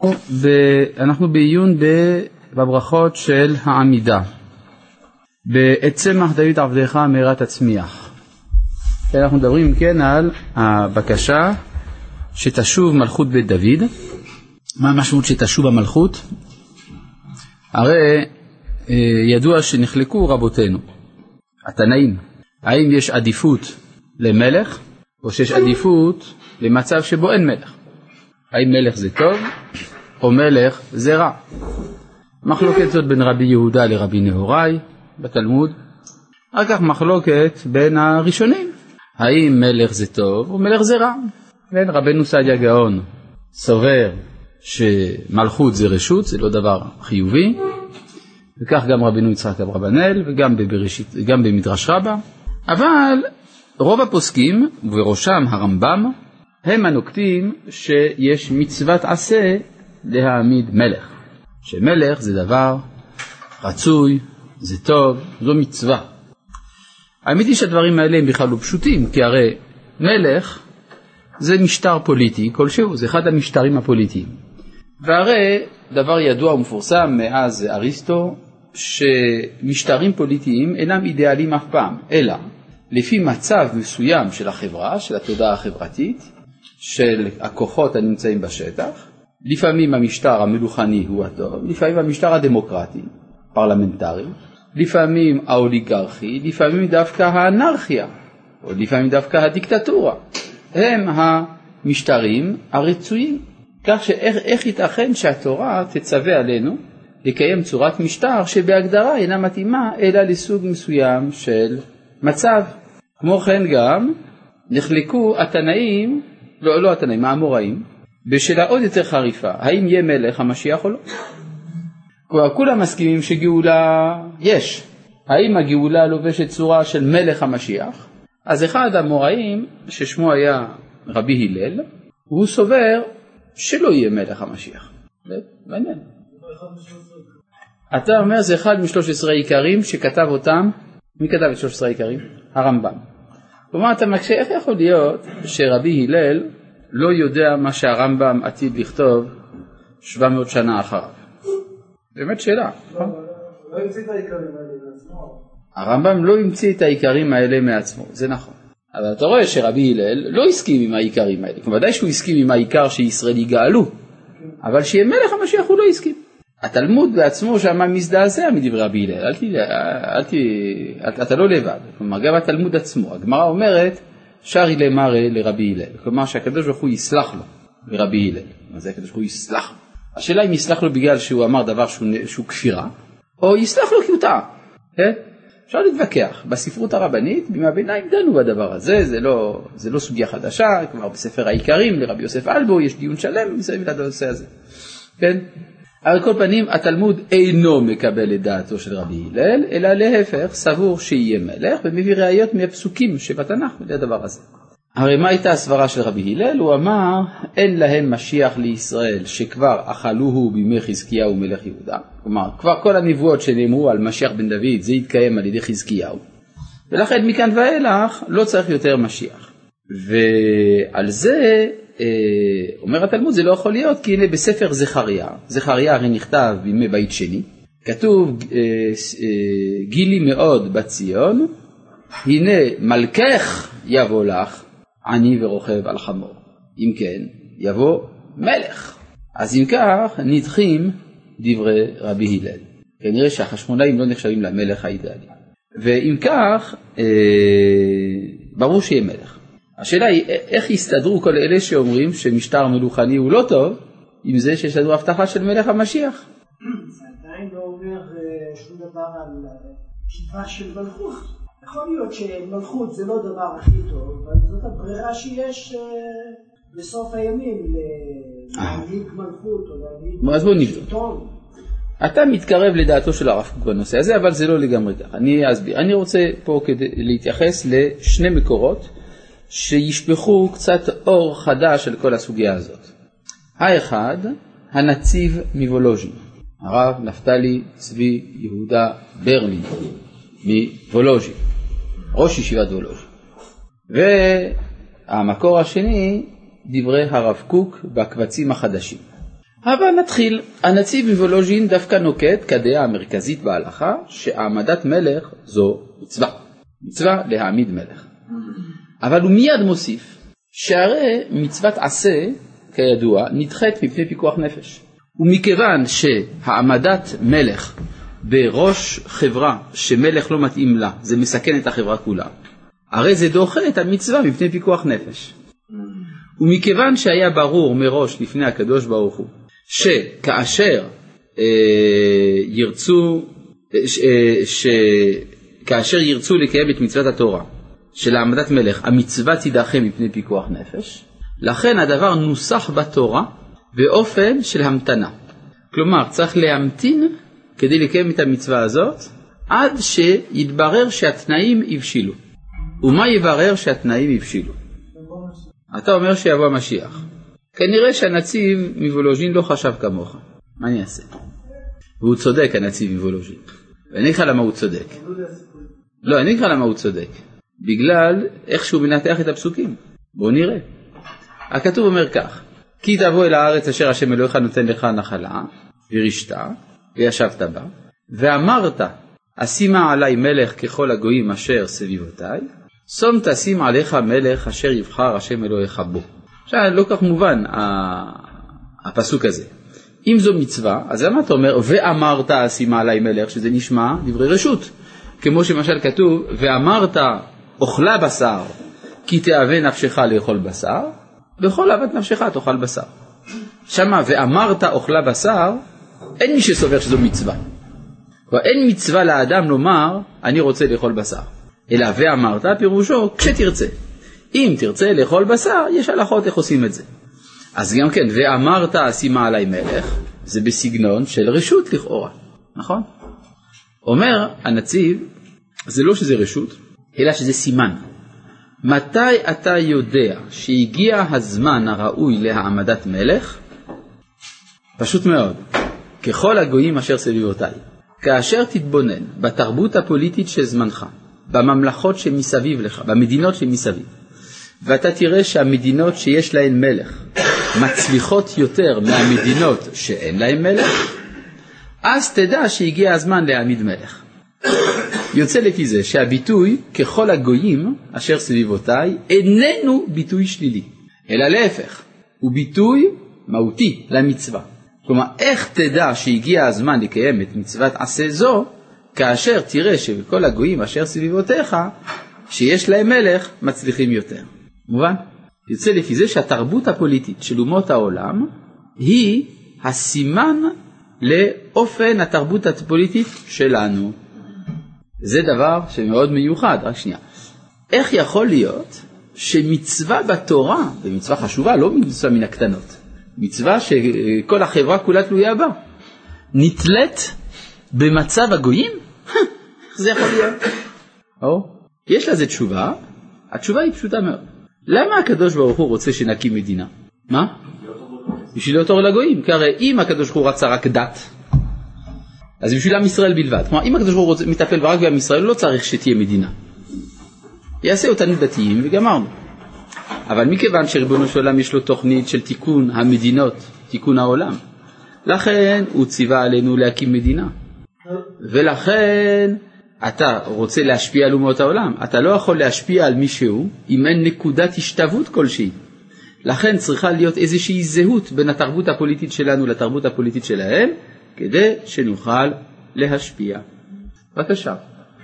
אנחנו בעיון בברכות של העמידה. בעצמך דוד עבדך מהרה תצמיח. אנחנו מדברים כן על הבקשה שתשוב מלכות בית דוד. מה המשמעות שתשוב המלכות? הרי ידוע שנחלקו רבותינו, התנאים, האם יש עדיפות למלך או שיש עדיפות למצב שבו אין מלך. האם מלך זה טוב או מלך זה רע. מחלוקת זאת בין רבי יהודה לרבי נהוראי בתלמוד. אחר כך מחלוקת בין הראשונים, האם מלך זה טוב או מלך זה רע. בין רבנו סעדיה גאון סובר שמלכות זה רשות, זה לא דבר חיובי, וכך גם רבנו יצחק אברבנאל וגם במדרש רבה. אבל רוב הפוסקים ובראשם הרמב"ם הם הנוקטים שיש מצוות עשה להעמיד מלך, שמלך זה דבר רצוי, זה טוב, זו מצווה. האמת היא שהדברים האלה הם בכלל לא פשוטים, כי הרי מלך זה משטר פוליטי כלשהו, זה אחד המשטרים הפוליטיים. והרי דבר ידוע ומפורסם מאז אריסטו, שמשטרים פוליטיים אינם אידיאליים אף פעם, אלא לפי מצב מסוים של החברה, של התודעה החברתית, של הכוחות הנמצאים בשטח. לפעמים המשטר המלוכני הוא הטוב, לפעמים המשטר הדמוקרטי, פרלמנטרי, לפעמים האוליגרכי, לפעמים דווקא האנרכיה, או לפעמים דווקא הדיקטטורה. הם המשטרים הרצויים. כך שאיך ייתכן שהתורה תצווה עלינו לקיים צורת משטר שבהגדרה אינה מתאימה אלא לסוג מסוים של מצב. כמו כן גם נחלקו התנאים, לא התנאים, האמוראים, בשאלה עוד יותר חריפה, האם יהיה מלך המשיח או לא. כולם מסכימים שגאולה יש. האם הגאולה לובשת צורה של מלך המשיח? אז אחד האמוראים ששמו היה רבי הלל, הוא סובר שלא יהיה מלך המשיח. מעניין. אתה אומר זה אחד מ-13 העיקרים שכתב אותם. מי כתב את 13 העיקרים? הרמב"ם. כלומר אתה מקשה, איך יכול להיות שרבי הלל לא יודע מה שהרמב"ם עתיד לכתוב 700 שנה אחריו? באמת שאלה. לא המציא את העיקרים האלה מעצמו. הרמב"ם לא המציא את העיקרים האלה מעצמו, זה נכון. אבל אתה רואה שרבי הלל לא הסכים עם העיקרים האלה. ודאי שהוא הסכים עם העיקר שישראל יגאלו, אבל שיהיה מלך המשיח הוא לא הסכים. התלמוד בעצמו שמה מזדעזע מדברי רבי הלל. אתה לא לבד. כלומר גם התלמוד עצמו, הגמרא אומרת שרי למרא לרבי הלל. כלומר שהקדוש ברוך הוא יסלח לו לרבי הלל. מה זה הקדוש ברוך הוא יסלח לו? השאלה אם יסלח לו בגלל שהוא אמר דבר שהוא כפירה, או יסלח לו כי הוא טעה. אפשר להתווכח. בספרות הרבנית, בימי הביניים דנו בדבר הזה, זה לא סוגיה חדשה, כבר בספר העיקרים לרבי יוסף אלבו, יש דיון שלם מסביב לנושא הזה. כן? על כל פנים, התלמוד אינו מקבל את דעתו של רבי הלל, אלא להפך, סבור שיהיה מלך, ומביא ראיות מהפסוקים שבתנ"ך לדבר הזה. הרי מה הייתה הסברה של רבי הלל? הוא אמר, אין להם משיח לישראל שכבר אכלוהו בימי חזקיהו מלך יהודה. כלומר, כבר כל הנבואות שנאמרו על משיח בן דוד, זה יתקיים על ידי חזקיהו. ולכן מכאן ואילך לא צריך יותר משיח. ועל זה, אומר התלמוד, זה לא יכול להיות, כי הנה בספר זכריה הרי נכתב בימי בית שני, כתוב, גילי מאוד בציון, הנה מלכך יבוא לך, עני ורוכב על חמור. אם כן, יבוא מלך. אז אם כך, נדחים דברי רבי הלל. כנראה שהחשמונאים לא נחשבים למלך האידאלי. ואם כך, ברור שיהיה מלך. השאלה היא, איך יסתדרו כל אלה שאומרים שמשטר מלוכני הוא לא טוב, עם זה שיש לנו הבטחה של מלך המשיח? זה עדיין לא אומר שום דבר על שאיפה של מלכות. יכול להיות שמלכות זה לא דבר הכי טוב, אבל זאת הברירה שיש בסוף הימים להנהיג מלכות או להנהיג שלטון. אתה מתקרב לדעתו של הרב קוק בנושא הזה, אבל זה לא לגמרי כך. אני אסביר. אני רוצה פה כדי להתייחס לשני מקורות שישפכו קצת אור חדש על כל הסוגיה הזאת. האחד, הנציב מוולוז'ין, הרב נפתלי צבי יהודה ברלין מוולוז'ין, ראש ישיבת וולוז'ין. והמקור השני, דברי הרב קוק בקבצים החדשים. אבל נתחיל. הנציב מוולוז'ין דווקא נוקט כדעה המרכזית בהלכה שהעמדת מלך זו מצווה. מצווה להעמיד מלך. אבל הוא מיד מוסיף שהרי מצוות עשה כידוע נדחית מפני פיקוח נפש. ומכיוון שהעמדת מלך בראש חברה שמלך לא מתאים לה, זה מסכן את החברה כולה, הרי זה דוחה את המצווה מפני פיקוח נפש. ומכיוון שהיה ברור מראש לפני הקדוש ברוך הוא שכאשר ירצו לקיים את מצוות התורה של העמדת מלך, המצווה תידחה מפני פיקוח נפש, לכן הדבר נוסח בתורה באופן של המתנה. כלומר, צריך להמתין כדי לקיים את המצווה הזאת עד שיתברר שהתנאים הבשילו. ומה יברר שהתנאים הבשילו? אתה אומר שיבוא המשיח. כנראה שהנציב מוולוז'ין לא חשב כמוך. מה אני אעשה? והוא צודק, הנציב מוולוז'ין. ואני אגיד לך למה הוא צודק. לא, אני אגיד לך למה הוא צודק. בגלל איך שהוא מנתח את הפסוקים. בואו נראה. הכתוב אומר כך: כי תבוא אל הארץ אשר השם אלוהיך נותן לך נחלה, וירשת, וישבת בה, ואמרת, אשימה עלי מלך ככל הגויים אשר סביבותיי, שום תשים עליך מלך אשר יבחר השם אלוהיך בו. עכשיו, לא כך מובן הפסוק הזה. אם זו מצווה, אז למה אתה אומר, ואמרת אשימה עלי מלך, שזה נשמע דברי רשות. כמו שמשל כתוב, ואמרת אוכלה בשר, כי תאווה נפשך לאכול בשר, בכל אהבת נפשך תאכל בשר. שמה, ואמרת אוכלה בשר, אין מי שסובר שזו מצווה. ואין מצווה לאדם לומר, אני רוצה לאכול בשר. אלא ואמרת, פירושו, כשתרצה. אם תרצה לאכול בשר, יש הלכות איך עושים את זה. אז גם כן, ואמרת אשימה עלי מלך, זה בסגנון של רשות לכאורה. נכון? אומר הנציב, זה לא שזה רשות, אלא שזה סימן. מתי אתה יודע שהגיע הזמן הראוי להעמדת מלך? פשוט מאוד. ככל הגויים אשר סביבותיי. כאשר תתבונן בתרבות הפוליטית של זמנך, בממלכות שמסביב לך, במדינות שמסביב, ואתה תראה שהמדינות שיש להן מלך מצליחות יותר מהמדינות שאין להן מלך, אז תדע שהגיע הזמן להעמיד מלך. יוצא לפי זה שהביטוי ככל הגויים אשר סביבותיי איננו ביטוי שלילי, אלא להפך, הוא ביטוי מהותי למצווה. כלומר, איך תדע שהגיע הזמן לקיים את מצוות עשה זו, כאשר תראה שבכל הגויים אשר סביבותיך, שיש להם מלך, מצליחים יותר. מובן? יוצא לפי זה שהתרבות הפוליטית של אומות העולם, היא הסימן לאופן התרבות הפוליטית שלנו. זה דבר שמאוד מיוחד. רק שנייה. איך יכול להיות שמצווה בתורה, ומצווה חשובה, לא מצווה מן הקטנות, מצווה שכל החברה כולה תלויה בה, נתלית במצב הגויים? איך זה יכול להיות? יש לזה תשובה. התשובה היא פשוטה מאוד. למה הקדוש ברוך הוא רוצה שנקים מדינה? מה? בשביל להיות אור לגויים. כי הרי אם הקדוש ברוך הוא רצה רק דת, אז בשביל עם ישראל בלבד. כלומר, אם הקדוש ברוך הוא מטפל רק בעם ישראל, לא צריך שתהיה מדינה. יעשה אותנו דתיים וגמרנו. אבל מכיוון שריבונו של עולם יש לו תוכנית של תיקון המדינות, תיקון העולם, לכן הוא ציווה עלינו להקים מדינה. ולכן אתה רוצה להשפיע על אומות העולם. אתה לא יכול להשפיע על מישהו אם אין נקודת השתוות כלשהי. לכן צריכה להיות איזושהי זהות בין התרבות הפוליטית שלנו לתרבות הפוליטית שלהם, כדי שנוכל להשפיע. בבקשה.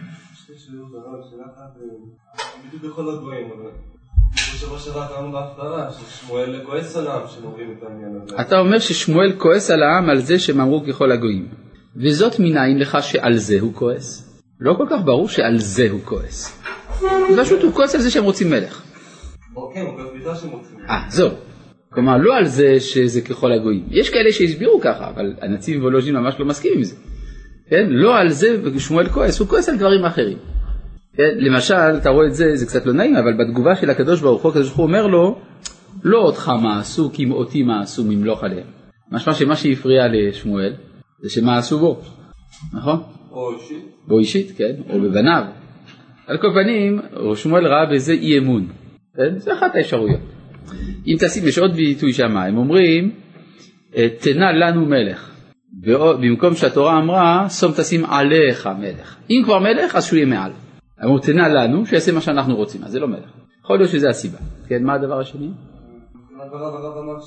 בדיוק בכל הדברים, אבל בשבוע שעבר קראנו בהפטרה ששמואל כועס על העם שמורים את העניין הזה. אתה אומר ששמואל כועס על העם על זה שהם אמרו ככל הגויים, וזאת מנין לך שעל זה הוא כועס? לא כל כך ברור שעל זה הוא כועס. פשוט הוא כועס על זה שהם רוצים מלך. כן, הוא כועס בזה שהם רוצים מלך. זהו. כלומר, לא על זה שזה ככל הגויים. יש כאלה שהסבירו ככה, אבל הנציב מוולוז'ין ממש לא מסכים עם זה. כן? לא על זה ושמואל כועס, הוא כועס על דברים אחרים. כן? למשל, אתה רואה את זה, זה קצת לא נעים, אבל בתגובה של הקדוש ברוך הוא, הקדוש ברוך הוא אומר לו, לא אותך מעשו, כי אם אותי מעשו ממלוך עליהם. משמע שמה שהפריע לשמואל, זה שמעשו בו. נכון? או אישית. או אישית, כן? או בבניו. על כל פנים, שמואל ראה בזה אי אמון. כן? זה אחת האפשרויות. אם תשים, יש עוד ביטוי שם, הם אומרים, תנה לנו מלך. במקום שהתורה אמרה, שום תשים עליך מלך. אם כבר מלך, אז שהוא יהיה מעל. אמרו, תנה לנו, שיעשה מה שאנחנו רוצים, אז זה לא מלך. יכול להיות שזה הסיבה. כן, מה הדבר השני? הרב אמר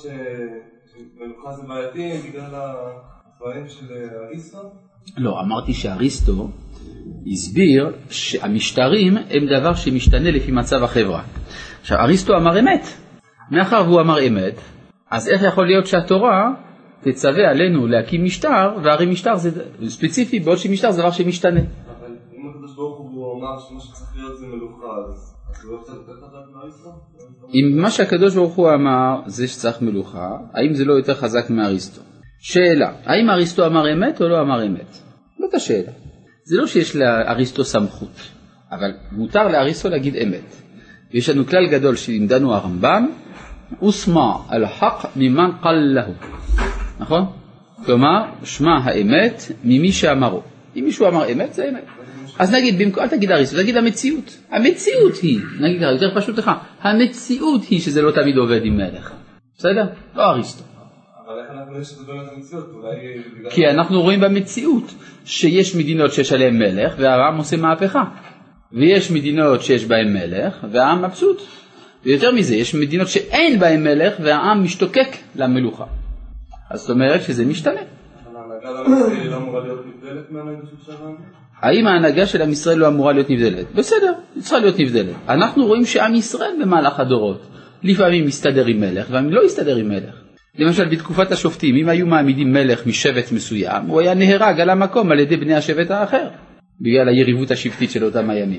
שמלוכה זה בעייתי בגלל הדברים של אריסטו? לא, אמרתי שאריסטו הסביר שהמשטרים הם דבר שמשתנה לפי מצב החברה. עכשיו, אריסטו אמר אמת. מאחר והוא אמר אמת, אז איך יכול להיות שהתורה תצווה עלינו להקים משטר, והרי משטר זה ספציפי, בעוד שמשטר זה דבר שמשתנה. אבל אם הקדוש ברוך הוא אמר שמה שצריך להיות זה מלוכה, אז זה לא קצת יותר חזק מאריסטו? אם מה שהקדוש ברוך הוא אמר זה שצריך מלוכה, האם זה לא יותר חזק מאריסטו? שאלה, האם אריסטו אמר אמת או לא אמר אמת? זאת השאלה. זה לא שיש לאריסטו סמכות, אבל מותר לאריסטו להגיד אמת. יש לנו כלל גדול שלימדנו הרמב"ם, וסמע על חק ממן קל lahu. נכון? כלומר, שמע האמת ממי שאמרו. אם מישהו אמר אמת, זה אמת. אז נגיד, אל תגיד אריסטו, תגיד המציאות. המציאות היא, נגיד יותר פשוט לך, המציאות היא שזה לא תמיד עובד עם מלך. בסדר? לא אריסטו. אבל איך אנחנו רואים שזה באמת המציאות? כי אנחנו רואים במציאות שיש מדינות שיש עליהן מלך והעם עושה מהפכה. ויש מדינות שיש בהן מלך והעם מבסוט. ויותר מזה, יש מדינות שאין בהן מלך והעם משתוקק למלוכה. אז זאת אומרת שזה משתנה. ההנהגה למשראל לא אמורה להיות נבדלת מהנהגה של שלנו? האם ההנהגה של עם ישראל לא אמורה להיות נבדלת? בסדר, היא צריכה להיות נבדלת. אנחנו רואים שעם ישראל במהלך הדורות לפעמים מסתדר עם מלך והעם לא יסתדר עם מלך. למשל בתקופת השופטים, אם היו מעמידים מלך משבט מסוים, הוא היה נהרג על המקום על ידי בני השבט האחר, בגלל היריבות השבטית של אותם הימים.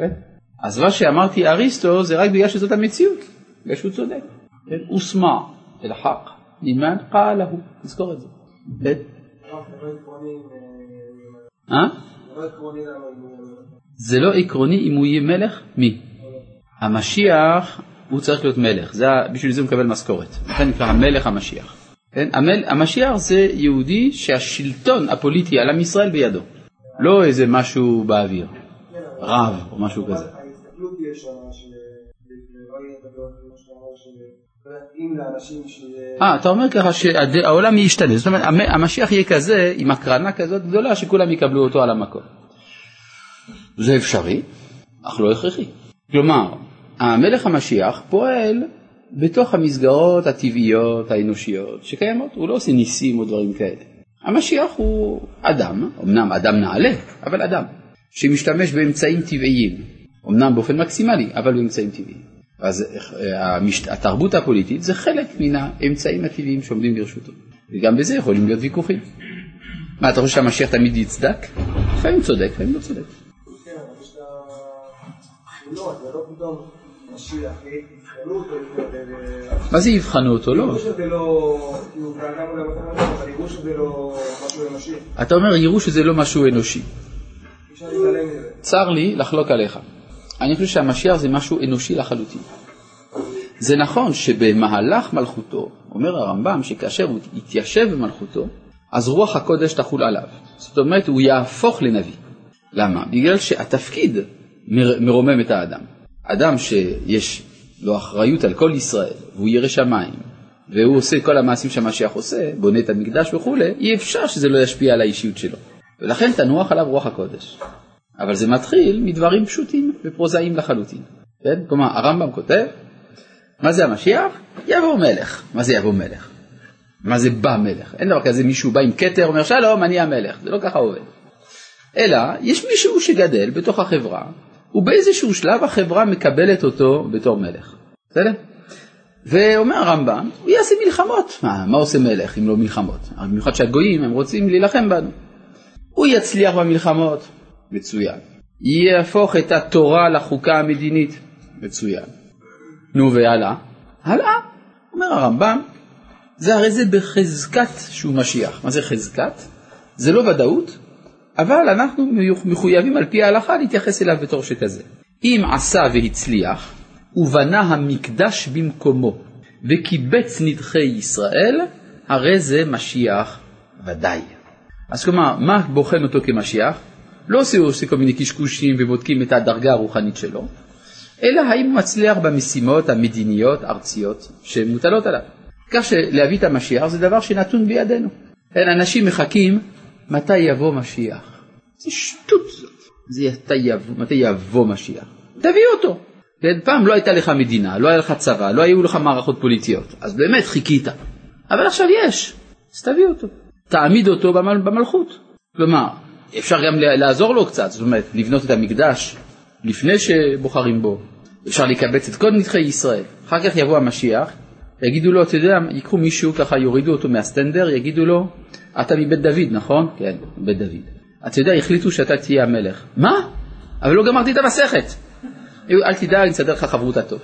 אז מה שאמרתי אריסטו זה רק בגלל שזאת המציאות, בגלל שהוא צודק. וסמע אל חק ממן קל lahu, תזכור את זה. זה לא עקרוני אם הוא יהיה מלך? מי? המשיח הוא צריך להיות מלך, בשביל זה הוא מקבל משכורת. לכן נקרא המלך המשיח. המשיח זה יהודי שהשלטון הפוליטי על עם ישראל בידו. לא איזה משהו באוויר, רב או משהו כזה. ההסתכלות יש אם לאנשים אתה אומר ככה שהעולם ישתנה. זאת אומרת, המשיח יהיה כזה, עם הקרנה כזאת גדולה, שכולם יקבלו אותו על המקום. זה אפשרי, אך לא הכרחי. כלומר, המלך המשיח פועל בתוך המסגרות הטבעיות, האנושיות, שקיימות. הוא לא עושה ניסים או דברים כאלה. המשיח הוא אדם, אמנם אדם נעלה, אבל אדם, שמשתמש באמצעים טבעיים, אמנם באופן מקסימלי, אבל באמצעים טבעיים. אז התרבות הפוליטית זה חלק מן האמצעים הטבעיים שעומדים ברשותו. וגם בזה יכולים להיות ויכוחים. מה, אתה חושב שהמשיח תמיד יצדק? לפעמים צודק, לפעמים לא צודק. כן, אבל יש את הבחינות, זה לא פתאום משיח, יבחנו אותו. מה זה יבחנו אותו? לא. יראו שזה לא, כאילו, כאדם אולי מתחילים, אבל יראו שזה לא משהו אנושי. אתה אומר, יראו שזה לא משהו אנושי. אפשר להתעלם מזה. צר לי לחלוק עליך. אני חושב שהמשיח זה משהו אנושי לחלוטין. זה נכון שבמהלך מלכותו, אומר הרמב"ם שכאשר הוא יתיישב במלכותו, אז רוח הקודש תחול עליו. זאת אומרת, הוא יהפוך לנביא. למה? בגלל שהתפקיד מרומם את האדם. אדם שיש לו אחריות על כל ישראל, והוא ירא שמיים, והוא עושה כל המעשים שהמשיח עושה, בונה את המקדש וכו', אי אפשר שזה לא ישפיע על האישיות שלו. ולכן תנוח עליו רוח הקודש. אבל זה מתחיל מדברים פשוטים ופרוזאיים לחלוטין. כן? כלומר, הרמב"ם כותב, מה זה המשיח? יבוא מלך. מה זה יבוא מלך? מה זה בא מלך? אין דבר כזה מישהו בא עם כתר, אומר שלום, אני המלך. זה לא ככה עובד. אלא, יש מישהו שגדל בתוך החברה, ובאיזשהו שלב החברה מקבלת אותו בתור מלך. בסדר? ואומר הרמב"ם, הוא יעשה מלחמות. מה עושה מלך אם לא מלחמות? במיוחד שהגויים הם רוצים להילחם בנו. הוא יצליח במלחמות. מצוין. יהפוך את התורה לחוקה המדינית. מצוין. נו והלאה. הלאה. אומר הרמב"ם, זה הרי זה בחזקת שהוא משיח. מה זה חזקת? זה לא ודאות, אבל אנחנו מחויבים על פי ההלכה להתייחס אליו בתור שכזה. אם עשה והצליח, ובנה המקדש במקומו, וקיבץ נדחי ישראל, הרי זה משיח ודאי. אז כלומר, מה בוחן אותו כמשיח? לא עושה כל מיני קשקושים ובודקים את הדרגה הרוחנית שלו, אלא האם הוא מצליח במשימות המדיניות ארציות שמוטלות עליו. כך שלהביא את המשיח זה דבר שנתון בידינו. אנשים מחכים מתי יבוא משיח. זה שטות זאת. מתי יבוא משיח. תביא אותו. פעם לא הייתה לך מדינה, לא היה לך צבא, לא היו לך מערכות פוליטיות. אז באמת חיכית. אבל עכשיו יש. אז תביא אותו. תעמיד אותו במלכות. כלומר, אפשר גם לעזור לו קצת. זאת אומרת, לבנות את המקדש לפני שבוחרים בו. אפשר לקבץ את כל נדחי ישראל. אחר כך יבוא המשיח, יגידו לו, אתה יודע, ייקחו מישהו ככה, יורידו אותו מהסטנדר, יגידו לו, אתה מבית דוד, נכון? כן, בית דוד. אתה יודע, החליטו שאתה תהיה המלך. מה? אבל לא גמרתי את המסכת. אל תדאג, נסדר לך חברות הטוב.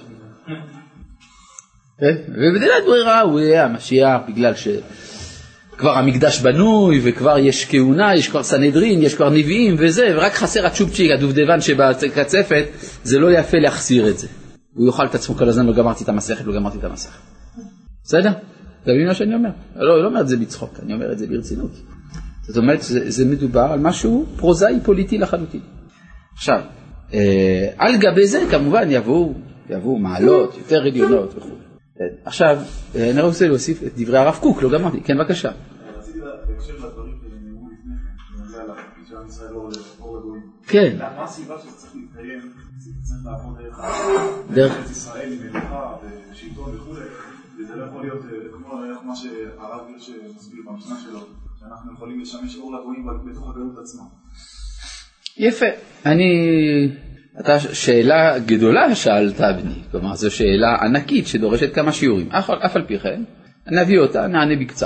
ובדלת ברירה הוא יהיה המשיח, בגלל שכבר המקדש בנוי, וכבר יש כהונה, יש כבר סנהדרין, יש כבר נביאים וזה, ורק חסר הצ'ופצ'יק, הדובדבן שבקצפת, זה לא יפה להחסיר את זה. הוא יאכל את עצמו כל הזמן, לא גמרתי את המסכת, לא גמרתי את המסכת. בסדר? אתה מבין מה שאני אומר? לא אומר את זה בצחוק, אני אומר את זה ברצינות. זאת אומרת, זה מדובר על משהו פרוזאי פוליטי לחלוטין. עכשיו, על גבי זה כמובן יבואו מעלות, יותר עליונות וכו'. עכשיו, אני רוצה להוסיף את דברי הרב קוק, לא גמרתי. כן, בבקשה. רציתי להקשר לדברים שנאמרו לפני כן, בנוגע להחליט שעם ישראל אור לגויים. כן. מה הסיבה שזה צריך להתקיים? זה צריך לעבור דרך ארץ ישראל עם מלוכה ושלטון וכו'. וזה לא יכול להיות כמו מה שהרב הירש מסביר במשנה שלו, שאנחנו יכולים לשמש אור לגויים בתוך הגלות עצמה. יפה. אתה שאלה גדולה שאלת בני, כלומר זו שאלה ענקית שדורשת כמה שיעורים. אף על פי כן, נביא אותה, נענה בקצר.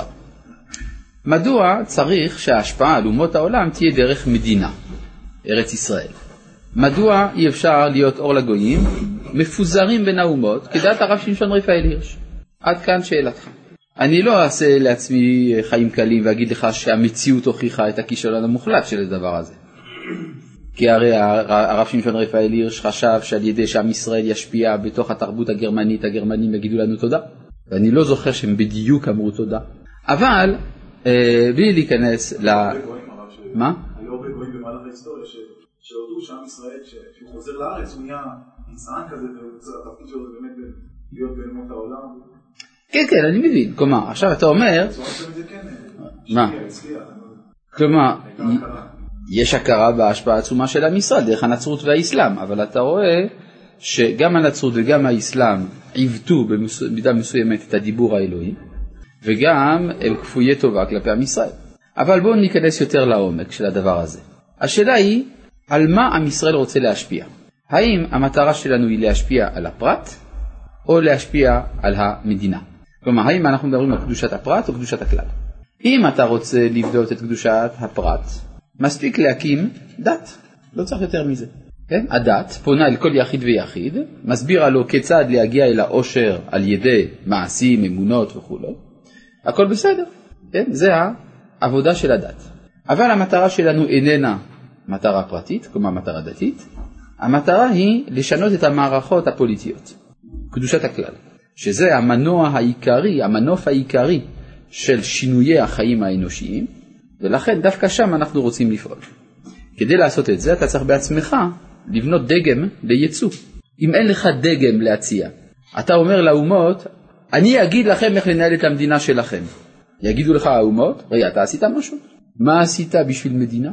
מדוע צריך שההשפעה על אומות העולם תהיה דרך מדינה, ארץ ישראל? מדוע אי אפשר להיות אור לגויים מפוזרים בין האומות, כדעת הרב שמשון רפאל הירש? עד כאן שאלתך. אני לא אעשה לעצמי חיים קלים ואגיד לך שהמציאות הוכיחה את הכישלון המוחלט של הדבר הזה. כי הרי הרב שמשון רפאל הירש חשב שעל ידי שעם ישראל ישפיע בתוך התרבות הגרמנית, הגרמנים יגידו לנו תודה. ואני לא זוכר שהם בדיוק אמרו תודה. אבל, בלי להיכנס ל... מה? היו הרבה גויים במהלך ההיסטוריה שהודו שעם ישראל, כשהוא חוזר לארץ, הוא נהיה גזען כזה, והתפקיד שלו זה באמת להיות באומות העולם. כן, כן, אני מבין. כלומר, עכשיו אתה אומר... מה? כלומר... יש הכרה בהשפעה עצומה של עם ישראל דרך הנצרות והאסלאם, אבל אתה רואה שגם הנצרות וגם האסלאם עיוותו במידה מסוימת את הדיבור האלוהי, וגם הם כפויי טובה כלפי עם ישראל. אבל בואו ניכנס יותר לעומק של הדבר הזה. השאלה היא, על מה עם ישראל רוצה להשפיע? האם המטרה שלנו היא להשפיע על הפרט, או להשפיע על המדינה? כלומר, האם אנחנו מדברים על קדושת הפרט או קדושת הכלל? אם אתה רוצה לבדוק את קדושת הפרט, מספיק להקים דת, לא צריך יותר מזה. כן? הדת פונה אל כל יחיד ויחיד, מסבירה לו כיצד להגיע אל העושר על ידי מעשים, אמונות וכו'. הכל בסדר. כן? זה העבודה של הדת. אבל המטרה שלנו איננה מטרה פרטית, כלומר מטרה דתית. המטרה היא לשנות את המערכות הפוליטיות. קדושת הכלל. שזה המנוע העיקרי, המנוף העיקרי של שינויי החיים האנושיים. ולכן דווקא שם אנחנו רוצים לפעול. כדי לעשות את זה אתה צריך בעצמך לבנות דגם לייצוא. אם אין לך דגם להציע, אתה אומר לאומות, אני אגיד לכם איך לנהל את המדינה שלכם. יגידו לך האומות, רגע, אתה עשית משהו? מה עשית בשביל מדינה?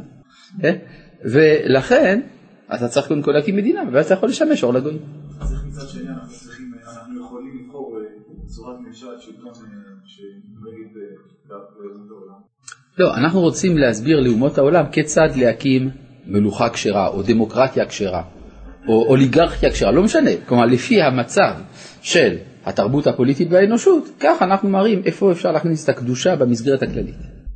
ולכן אתה צריך קודם כל להקים מדינה, ואתה יכול לשמש אור לגויים. אז איך מצד שני אנחנו יכולים לבחור צורת ממשל שלטון שנגיד באומות העולם? לא, אנחנו רוצים להסביר לאומות העולם כיצד להקים מלוכה כשרה או דמוקרטיה כשרה או אוליגרכיה כשרה, לא משנה. כלומר, לפי המצב של התרבות הפוליטית והאנושות, כך אנחנו מראים איפה אפשר להכניס את הקדושה במסגרת הכללית.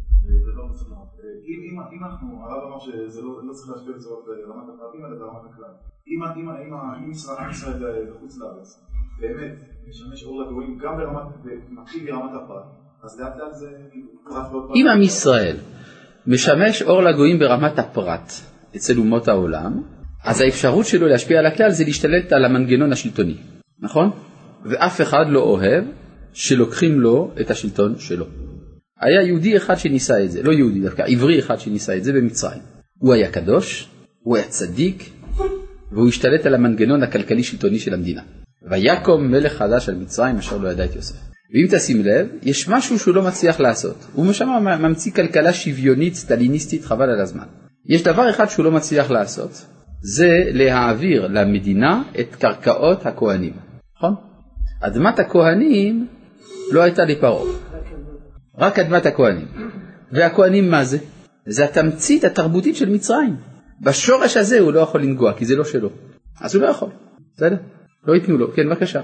אם אנחנו, הרב אמר שזה לא צריך להשפיע בצורת ברמת הפרטים, אלא ברמת הכלל. אם ישראל בחוץ לארץ באמת משמש אור לגויים גם מתחיל ברמת הפרט, אז לאט לאט זה... אם עם ישראל משמש אור לגויים ברמת הפרט אצל אומות העולם, אז האפשרות שלו להשפיע על הכלל זה להשתלט על המנגנון השלטוני, נכון? ואף אחד לא אוהב שלוקחים לו את השלטון שלו. היה יהודי אחד שניסה את זה, לא יהודי דווקא, עברי אחד שניסה את זה במצרים. הוא היה קדוש, הוא היה צדיק, והוא השתלט על המנגנון הכלכלי שלטוני של המדינה. ויקום מלך חדש על מצרים אשר לא ידע את יוסף. ואם תשים לב, יש משהו שהוא לא מצליח לעשות. הוא שם ממציא כלכלה שוויונית, סטליניסטית, חבל על הזמן. יש דבר אחד שהוא לא מצליח לעשות, זה להעביר למדינה את קרקעות הכהנים. נכון? אדמת הכהנים לא הייתה לפרעה. רק אדמת הכהנים. והכהנים מה זה? זה התמצית התרבותית של מצרים. בשורש הזה הוא לא יכול לנגוע, כי זה לא שלו. אז הוא לא יכול. בסדר? לא ייתנו לו. כן, בבקשה.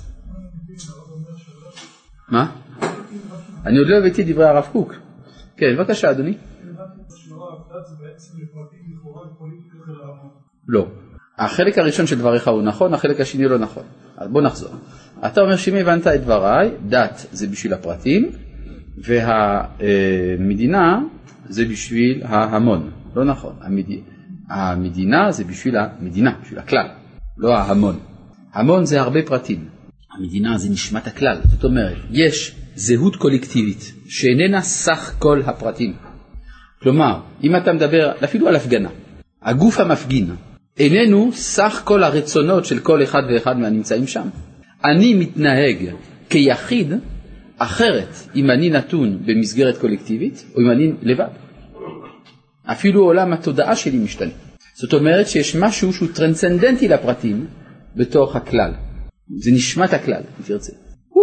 מה? אני עוד לא הבאתי דברי הרב קוק. כן, בבקשה, אדוני. לא. החלק הראשון של דבריך הוא נכון, החלק השני לא נכון. אז בוא נחזור. אתה אומר שאם הבנת את דבריי, דת זה בשביל הפרטים, והמדינה זה בשביל ההמון. לא נכון. המדינה זה בשביל המדינה, בשביל הכלל, לא ההמון. המון זה הרבה פרטים. המדינה זה נשמת הכלל. זאת אומרת, יש זהות קולקטיבית שאיננה סך כל הפרטים. כלומר, אם אתה מדבר אפילו על הפגנה, הגוף המפגין איננו סך כל הרצונות של כל אחד ואחד מהנמצאים שם. אני מתנהג כיחיד אחרת אם אני נתון במסגרת קולקטיבית או אם אני לבד. אפילו עולם התודעה שלי משתנה. זאת אומרת שיש משהו שהוא טרנסצנדנטי לפרטים בתוך הכלל. זה נשמת הכלל, אם תרצה.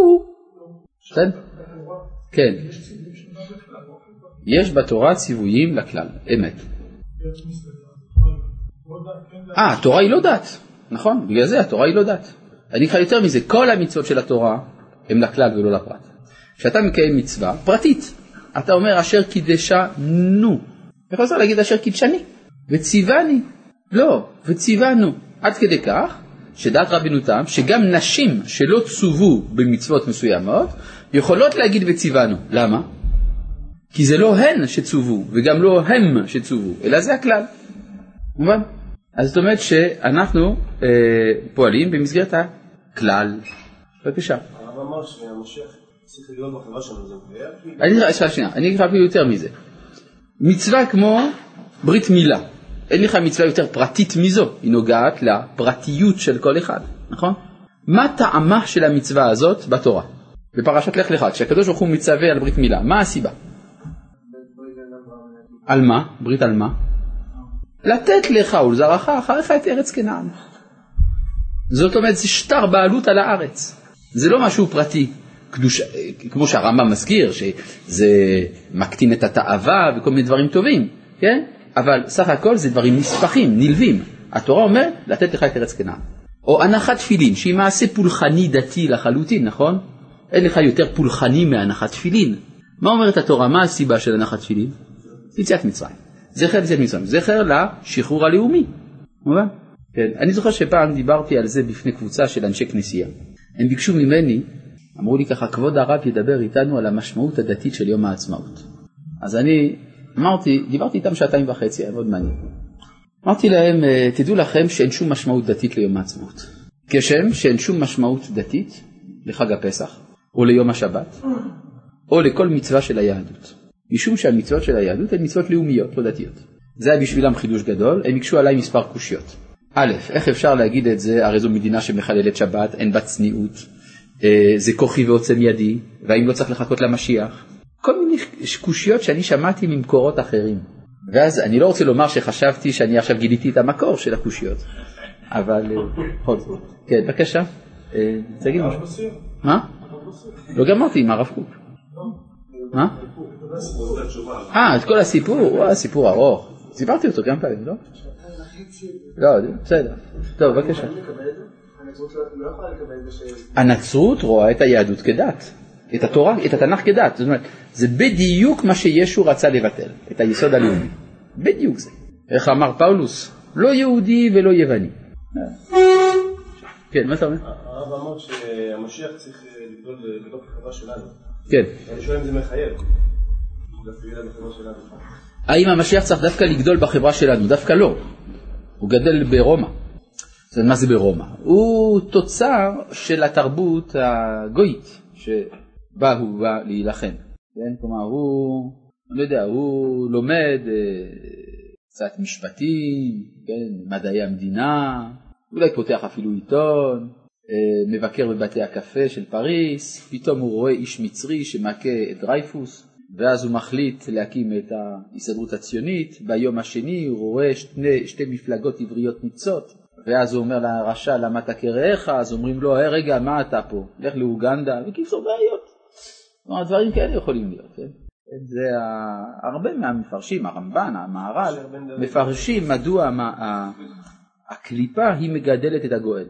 כן. יש בתורה ציוויים לכלל, אמת. התורה היא לא דת, נכון? בגלל זה התורה היא לא דת. אני אקרא יותר מזה, כל המצוות של התורה הם לכלל ולא לפרט. כשאתה מקיים מצווה פרטית, אתה אומר אשר קידשנו. איך אפשר להגיד אשר קידשני? וציווני. לא, וציוונו. עד כדי כך שדעת רבינו תם, שגם נשים שלא צוו במצוות מסוימות, יכולות להגיד וציוונו. למה? כי זה לא הן שצוו, וגם לא הם שצוו, אלא זה הכלל. מובן? אז זאת אומרת שאנחנו פועלים במסגרת הכלל. בבקשה. הרב אמר שהמשיח צריך לגדול בחברה שלנו, זה מבאר? אני אקרא אפילו יותר מזה. מצווה כמו ברית מילה. אין לך מצווה יותר פרטית מזו, היא נוגעת לפרטיות של כל אחד, נכון? מה טעמה של המצווה הזאת בתורה? בפרשת לך לך, כשהקדוש ברוך הוא מצווה על ברית מילה, מה הסיבה? על מה? ברית על מה? לתת לך ולזרעך אחריך את ארץ כנען. זאת אומרת, זה שטר בעלות על הארץ. זה לא משהו פרטי, כמו שהרמב"ם מזכיר, שזה מקטין את התאווה וכל מיני דברים טובים, כן? אבל סך הכל זה דברים נספחים, נלווים. התורה אומרת, לתת לך את ארץ כנען. או הנחת תפילין, שהיא מעשה פולחני דתי לחלוטין, נכון? אין לך יותר פולחני מהנחת תפילין. מה אומרת התורה? מה הסיבה של הנחת תפילין? יציאת מצרים. זכר ליציאת מצרים. זכר לשחרור הלאומי. מובן? כן. אני זוכר שפעם דיברתי על זה בפני קבוצה של אנשי כנסייה. הם ביקשו ממני, אמרו לי ככה, כבוד הרב ידבר איתנו על המשמעות הדתית של יום העצמאות. אז אני דיברתי איתם 2.5 שעות, מאוד מעניין. אמרתי להם, תדעו לכם שאין שום משמעות דתית ליום העצמאות. כשם שאין שום משמעות דתית לחג הפסח, או ליום השבת, או לכל מצווה של היהדות. משום שהמצוות של היהדות הן מצוות לאומיות, לא דתיות. זה היה בשבילם חידוש גדול, הם יקשו עליי מספר קושיות. א', איך אפשר להגיד את זה? הרי זו מדינה שמחללת שבת, אין בה צניעות, זה כוחי ועוצם ידי, והאם לא צריך לחכות למשיח? כל מיני קושיות שאני שמעתי ממקורות אחרים. ואז אני לא רוצה לומר שחשבתי שאני עכשיו גיליתי את המקור של הקושיות. אבל, כן, בבקשה. תגיד משהו. מה? לא גמרתי עם הרב קוק. מה? את כל הסיפור, הסיפור ארוך. סיפרתי אותו גם פעמים, לא? לא, בסדר. טוב, בבקשה. הנצרות רואה את היהדות כדת. את התורה, את התנ"ך כדת. זאת אומרת, זה בדיוק מה שישו רצה לבטל, את היסוד הלאומי. בדיוק זה. איך אמר פאולוס? לא יהודי ולא יווני. כן, מה אתה אומר? הרב אמר שהמשיח צריך לגדול בתוך החברה שלנו. כן. אני שואל אם זה מחייב. בחברה שלנו. האם המשיח צריך דווקא לגדול בחברה שלנו? דווקא לא. הוא גדל ברומא. זאת אומרת, מה זה ברומא? הוא תוצר של התרבות הגויית שבה הוא בא להילחם. כן? כלומר, אני לא יודע, הוא לומד קצת משפטים, כן? מדעי המדינה, אולי פותח אפילו עיתון, מבקר בבתי הקפה של פריס, פתאום הוא רואה איש מצרי שמכה את דרייפוס, ואז הוא מחליט להקים את ההסתדרות הציונית. ביום השני הוא רואה שתי מפלגות עבריות ניצות, ואז הוא אומר לרשע, למה אתה קרעך? אז אומרים לו, רגע, מה אתה פה? לך לאוגנדה, וקיצור בעיות. דברים כאלה יכולים להיות. זה הרבה מהמפרשים, הרמב"ן, המהר"ל, מפרשים מדוע הקליפה היא מגדלת את הגואל.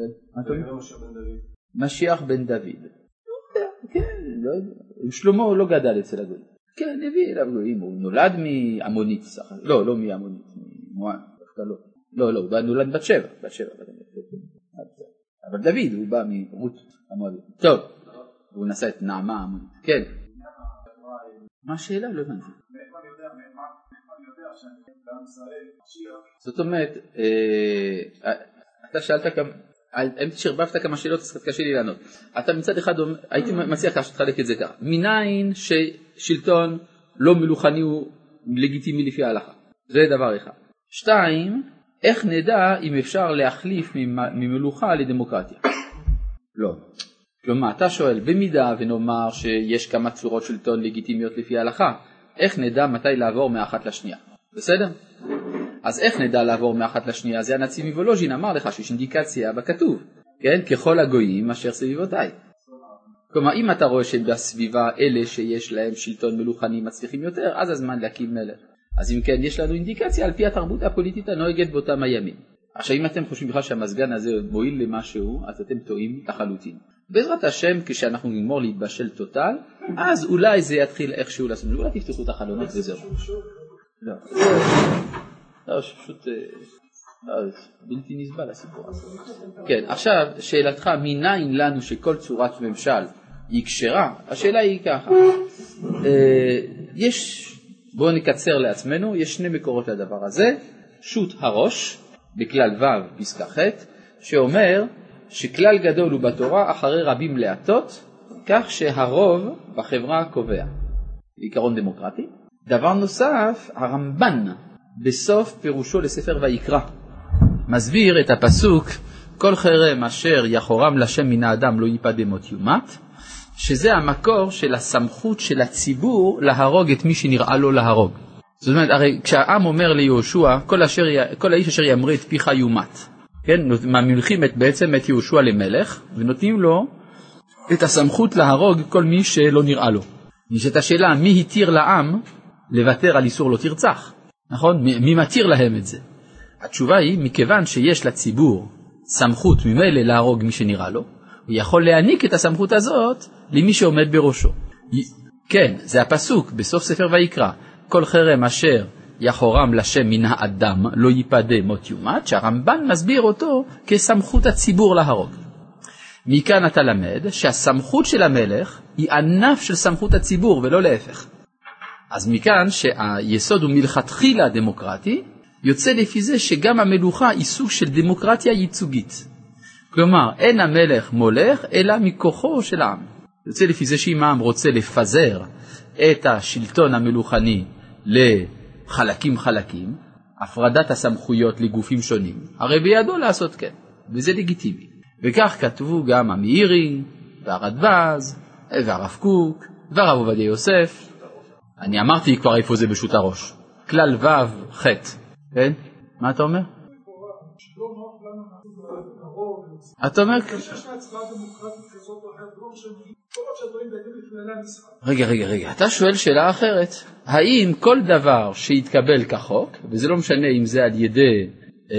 משיח בן דוד. כן, שלמה לא גדל אצל הגויים. כן, הביא אליו גויים, הוא נולד מעמונית, לא מעמונית, לא, הוא נולד בת שבע, אבל דוד הוא בא מרות המואבית. טוב, הוא נשא את נעמה המונית. כן. מה השאלה? לא הבנתי. זאת אומרת, אתה שאלת כמה, אם שרבבת כמה שאלות, אז קשה לי לענות. אתה מצד אחד, הייתי מציע כך שתחלק את זה כך. מניין ששלטון לא מלוכני הוא לגיטימי לפי ההלכה. זה דבר אחד. 2, איך נדע אם אפשר להחליף ממלוכה לדמוקרטיה? לא. כלומר, אתה שואל, במידה ונאמר שיש כמה צורות שלטון לגיטימיות לפי ההלכה, איך נדע מתי לעבור מאחת לשנייה? בסדר? אז איך נדע לעבור מאחת לשנייה? זה הנציב מוולוז'ין אמר לך שיש אינדיקציה בכתוב, כן? ככל הגויים אשר סביבותיי. כלומר, אם אתה רואה שבסביבה אלה שיש להם שלטון מלוכני מצליחים יותר, אז הזמן להקים מלך. אז אם כן, יש לנו אינדיקציה על פי התרבות הפוליטית הנוהגת באותם הימים. עכשיו, אם אתם חושבים בכלל שהמסגן הזה מועיל למשהו, אז אתם טועים לחלוטין. בעזרת השם, כשאנחנו נגמור להתבשל טוטל, אז אולי זה יתחיל איכשהו לעשות. אולי תפתחו את החלונות וזהו. לא, פשוט בלתי נסבל הסיפור הזה. כן, עכשיו, שאלתך, מניין לנו שכל צורת ממשל היא כשרה? השאלה היא ככה. בואו נקצר לעצמנו, יש 2 מקורות לדבר הזה. שו"ת הראש, בכלל ו' פסקה ח', שאומר שכלל גדול הוא בתורה אחרי רבים להטות, כך שהרוב בחברה קובע. עיקרון דמוקרטי. דבר נוסף, הרמב"ן, בסוף פירושו לספר ויקרא, מסביר את הפסוק, כל חרם אשר יחורם לשם מן האדם לא ייפדה מות יומת, שזה המקור של הסמכות של הציבור להרוג את מי שנראה לו להרוג. זאת אומרת, הרי כשהעם אומר ליהושע, כל האיש אשר ימרה את פיך יומת, כן? ממלכים בעצם את יהושע למלך, ונותנים לו את הסמכות להרוג כל מי שלא נראה לו. נשאלת השאלה, מי התיר לעם לוותר על איסור לא תרצח? נכון? מי מתיר להם את זה? התשובה היא, מכיוון שיש לציבור סמכות ממילא להרוג מי שנראה לו, הוא יכול להעניק את הסמכות הזאת למי שעומד בראשו. כן, זה הפסוק בסוף ספר ויקרא, כל חרם אשר יחורם לשם מן האדם לא ייפדה מות יומת, שהרמב"ן מסביר אותו כסמכות הציבור להרוג. מכאן אתה למד שהסמכות של המלך היא ענף של סמכות הציבור ולא להפך. אז מכאן שהיסוד הוא מלכתחילה דמוקרטי, יוצא לפי זה שגם המלוכה היא סוג של דמוקרטיה ייצוגית. כלומר, אין המלך מולך אלא מכוחו של העם. יוצא לפי זה שאם העם רוצה לפזר את השלטון המלוכני לחלקים, הפרדת הסמכויות לגופים שונים, הרי בידו לעשות כן, וזה לגיטימי. וכך כתבו גם המאירי, והרדב"ז, והרב קוק, והרב עובדיה יוסף. אני אמרתי כבר איפה זה בשו"ת הראש. כלל ו' ח', כן? מה אתה אומר? אתה אומר... רגע, אתה שואל שאלה אחרת. האם כל דבר שיתקבל כחוק, וזה לא משנה אם זה על ידי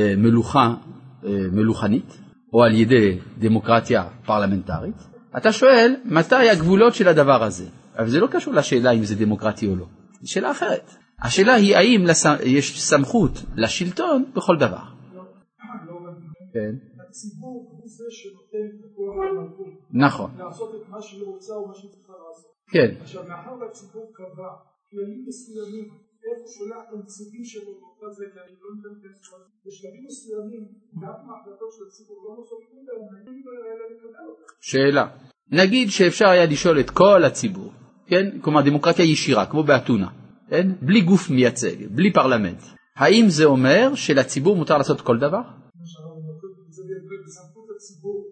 מלוכנית, או על ידי דמוקרטיה פרלמנטרית, אתה שואל מתי הגבולות של הדבר הזה. אבל זה לא קשור לשאלה אם זה דמוקרטי או לא. זו שאלה אחרת. השאלה היא האם יש סמכות לשלטון בכל דבר. כן. הציבור הוא זה שנותן את הכוח למלכות. נכון. לעשות את מה שהיא רוצה או מה שהיא צריכה לעשות. כן. עכשיו, מאחר והציבור קבע כללים מסוימים, איפה שולח את הנציגים שלו באותה זה, כי אני לא נותן את זה, בשלבים מסוימים, גם ההחלטות של הציבור לא נוספים להם, נגיד אלה לקבל אותם. שאלה. נגיד שאפשר היה לשאול את כל הציבור, כן? כלומר, דמוקרטיה ישירה, כמו באתונה, כן? בלי גוף מייצג, בלי פרלמנט. האם זה אומר שלציבור מותר לעשות כל דבר? בסמכות הציבור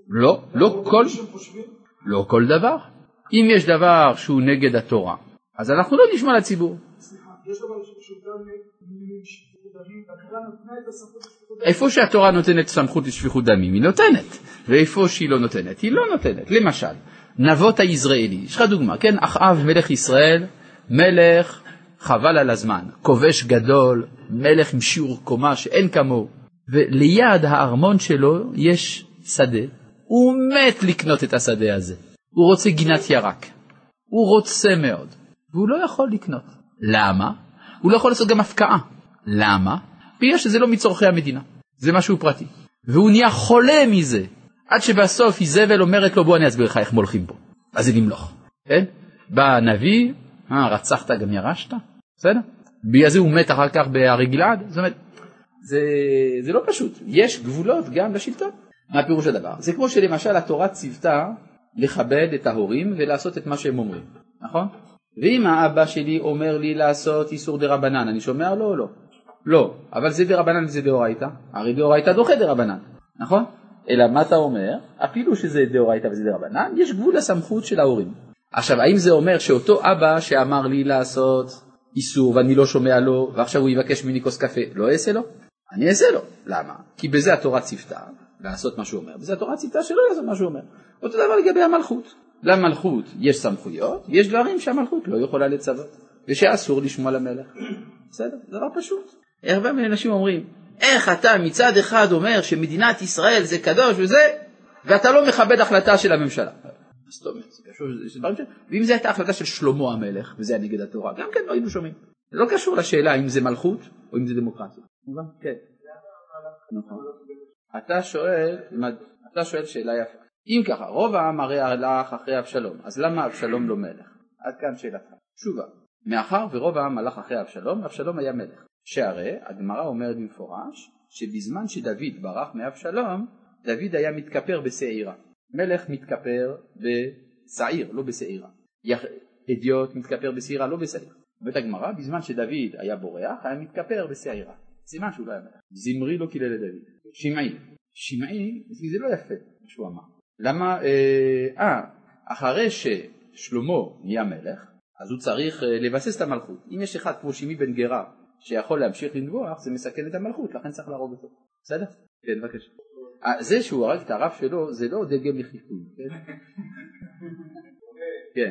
לא כל דבר. אם יש דבר שהוא נגד התורה, אז אנחנו לא נשמע לציבור. יש דבר שהוא גם שפיכות דמים, והתורה נותנה את הסמכות לשפיכות דמים. איפה שהתורה נותנת סמכות לשפיכות דמים, היא נותנת. ואיפה שהיא לא נותנת, היא לא נותנת. למשל, נבות היזרעאלי, יש לך דוגמה, כן? אחאב מלך ישראל, מלך חבל על הזמן, כובש גדול, מלך עם שיעור קומה שאין כמוהו. וליד הארמון שלו יש שדה, הוא מת לקנות את השדה הזה. הוא רוצה גינת ירק. הוא רוצה מאוד. והוא לא יכול לקנות. למה? הוא לא יכול לעשות גם הפקעה. למה? בגלל שזה לא מצורכי המדינה. זה משהו פרטי. והוא נהיה חולה מזה. עד שבסוף איזבל אומרת לו, בוא אני אסביר לך איך מולכים פה. אז זה למלוך. כן? בא הנביא, רצחת גם ירשת? בסדר? בגלל זה הוא מת אחר כך בהרי גלעד. זאת אומרת, זה לא פשוט. יש גבולות גם לשלטון. מה פירוש הדבר? זה כמו שלמשל התורה ציוותה לכבד את ההורים ולעשות את מה שהם אומרים. נכון? ואם האבא שלי אומר לי לעשות איסור דרבנן, אני שומע לו או לא? לא. אבל זה דרבנן וזה דאורייתא. הרי דאורייתא דוחה דרבנן. נכון? אלא מה אתה אומר? אפילו שזה דאורייתא וזה דרבנן, יש גבול לסמכות של ההורים. עכשיו, האם זה אומר שאותו אבא שאמר לי לעשות איסור ואני לא שומע לו, ועכשיו הוא יבקש ממני כוס קפה, לא אעשה לו? אני אעשה לו. למה? כי בזה התורה ציוותה לעשות מה שהוא אומר. בזה התורה ציוותה שלא לעשות מה שהוא אומר. אותו דבר לגבי המלכות. למלכות יש סמכויות, יש דברים שהמלכות לא יכולה לצוות, ושאסור לשמוע למלך. בסדר? זה דבר פשוט. הרבה אנשים אומרים, איך אתה מצד אחד אומר שמדינת ישראל זה קדוש וזה, ואתה לא מכבד החלטה של הממשלה. זאת אומרת, ואם זה הייתה החלטה של שלמה המלך, וזה נגד התורה, גם כן לא היינו שומעים. זה לא קשור לשאלה אם זה מלכות או אם זה דמוקרטיה. כן. נכון. אתה שואל שאלה יפה. אם ככה, רוב העם הרי הלך אחרי אבשלום, אז למה אבשלום לא מלך? עד כאן שאלתך. תשובה. מאחר ורוב העם הלך אחרי אבשלום, אבשלום היה מלך. שהרי הגמרא אומרת במפורש, שבזמן שדוד ברח מאבשלום, דוד היה מתכפר בשעירה. מלך מתכפר בשעיר, לא בשעירה. אדיוט מתכפר בשעירה, לא בשעיר. בית הגמרא, בזמן שדוד היה בורח, היה מתכפר בשעירה. סימן שהוא לא היה מלך. זמרי לא קילל לדוד. שמעי, זה לא יפה, מה שהוא אמר. למה? אחרי ששלמה נהיה מלך, אז הוא צריך לבסס את המלכות. אם יש אחד כמו שמעי בן גרה, שיכול להמשיך לנבוח, זה מסכן את המלכות, לכן צריך להרוג אותו. בסדר? כן, בבקשה. זה שהוא הרג את הרב שלו, זה לא דגם לחיקוי, כן? כן.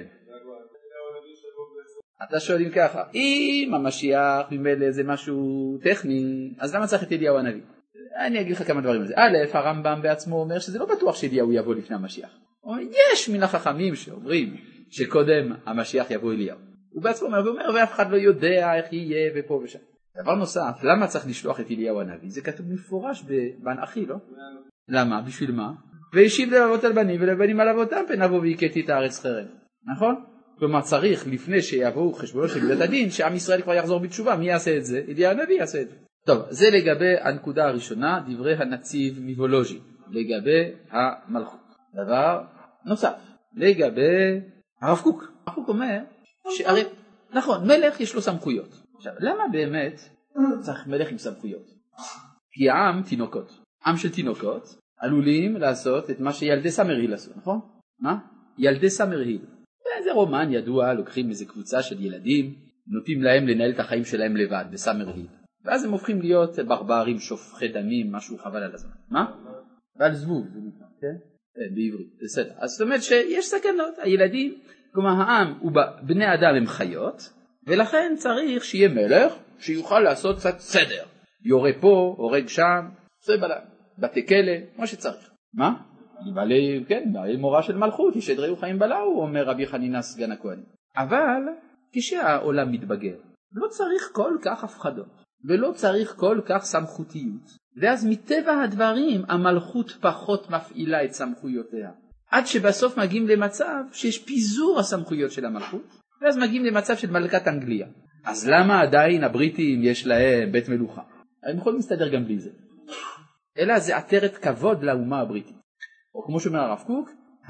אתה שואלים ככה, אם המשיח ממילא זה משהו טכני, אז למה צריך את אליהו הנביא? אני אגיד לך כמה דברים על זה. א', הרמב"ם בעצמו אומר שזה לא בטוח שאליהו יבוא לפני המשיח. יש מן החכמים שאומרים שקודם המשיח יבוא אליהו. הוא בעצמו אומר, ואף אחד לא יודע איך יהיה ופה ושם. דבר נוסף, למה צריך לשלוח את אליהו הנביא? זה כתוב מפורש בנאחי, לא? למה? בשביל מה? והשיב לאבות על בנים ולבנים על אבותם פן אבוא והכיתי את הארץ חרב. נכון? כלומר צריך לפני שיבואו חשבונו של בית הדין שעם ישראל כבר יחזור בתשובה. מי יעשה את זה? אליהו הנביא יעשה את זה. טוב, זה לגבי הנקודה הראשונה, דברי הנציב מוולוז'ין, לגבי המלכות. דבר נוסף, לגבי הרב קוק. הרב קוק אומר שהרי, נכון, מלך יש לו סמכויות. עכשיו, למה באמת צריך מלך עם סמכויות? כי העם תינוקות. עם של תינוקות עלולים לעשות את מה שילדי סמרהיל עשו, נכון? מה? ילדי סמרהיל. זה רומן ידוע, לוקחים איזו קבוצה של ילדים, נותנים להם לנהל את החיים שלהם לבד בסמרהיל. ואז הם הופכים להיות ברברים, שופכי דמים, משהו חבל על הזמן. מה? ועל זבוב, כן? בעברית, בסדר. אז זאת אומרת שיש סכנות, הילדים, כלומר העם ובני אדם הם חיות, ולכן צריך שיהיה מלך שיוכל לעשות קצת סדר. יורה פה, הורג שם, זה בתי כלא, כמו שצריך. מה? בעלי, כן, בעלי מורה של מלכות, ישדרהו חיים בלעו, אומר רבי חנינא סגן הכהנים. אבל כשהעולם מתבגר, לא צריך כל כך הפחדות. ולא צריך כל כך סמכותיות. ואז מטבע הדברים המלכות פחות מפעילה את סמכויותיה. עד שבסוף מגיעים למצב שיש פיזור הסמכויות של המלכות, ואז מגיעים למצב של מלכת אנגליה. אז למה עדיין הבריטים יש להם בית מלוכה? הם יכולים להסתדר גם בלי זה. אלא זה עטרת כבוד לאומה הבריטית. או כמו שאומר הרב קוק,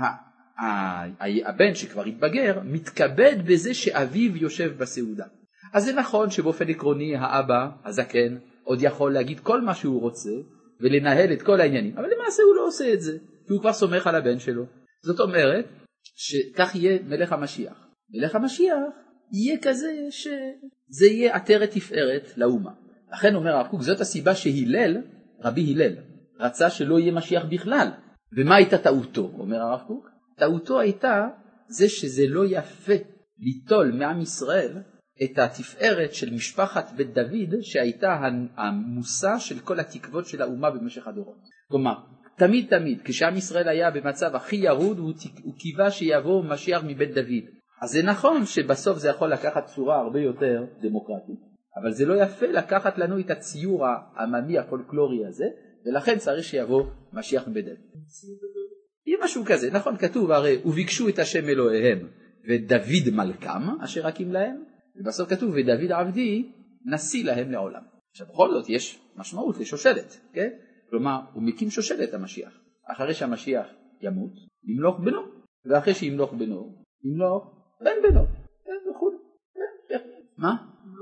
הבן שכבר התבגר מתכבד בזה שאביו יושב בסעודה. אז זה נכון שבאופן עקרוני האבא, הזקן, עוד יכול להגיד כל מה שהוא רוצה ולנהל את כל העניינים, אבל למעשה הוא לא עושה את זה. כי הוא כבר סומך על הבן שלו. זאת אומרת שכך יהיה מלך המשיח. מלך המשיח יהיה כזה שזה יהיה עטרת תפארת לאומה. לכן אומר הרב קוק, זאת הסיבה שהילל, רבי הלל, רצה שלא יהיה משיח בכלל. ומה הייתה טעותו, אומר הרב קוק? טעותו הייתה זה שזה לא יפה ליטול מעם ישראל את התפארת של משפחת בית דוד שהייתה המושא של כל התקוות של האומה במשך הדורות. כלומר, תמיד כשעם ישראל היה במצב הכי ירוד הוא קיווה שיבוא משיח מבית דוד. אז זה נכון שבסוף זה יכול לקחת צורה הרבה יותר דמוקרטית, אבל זה לא יפה לקחת לנו את הציור העממי הפולקלורי הזה, ולכן צריך שיבוא משיח מבית דוד. יהיה משהו כזה, נכון, כתוב הרי, וביקשו את השם אלוהיהם ודוד מלכם אשר הקים להם, ובסוף כתוב ודוד עבדי נשיא להם לעולם. עכשיו בכל זאת יש משמעות לשושלת, כן? כלומר הוא מקים שושלת המשיח, אחרי שהמשיח ימות ימלוך בנו, ואחרי שימלוך בנו ימלוך בן בנו, וכו'. מה?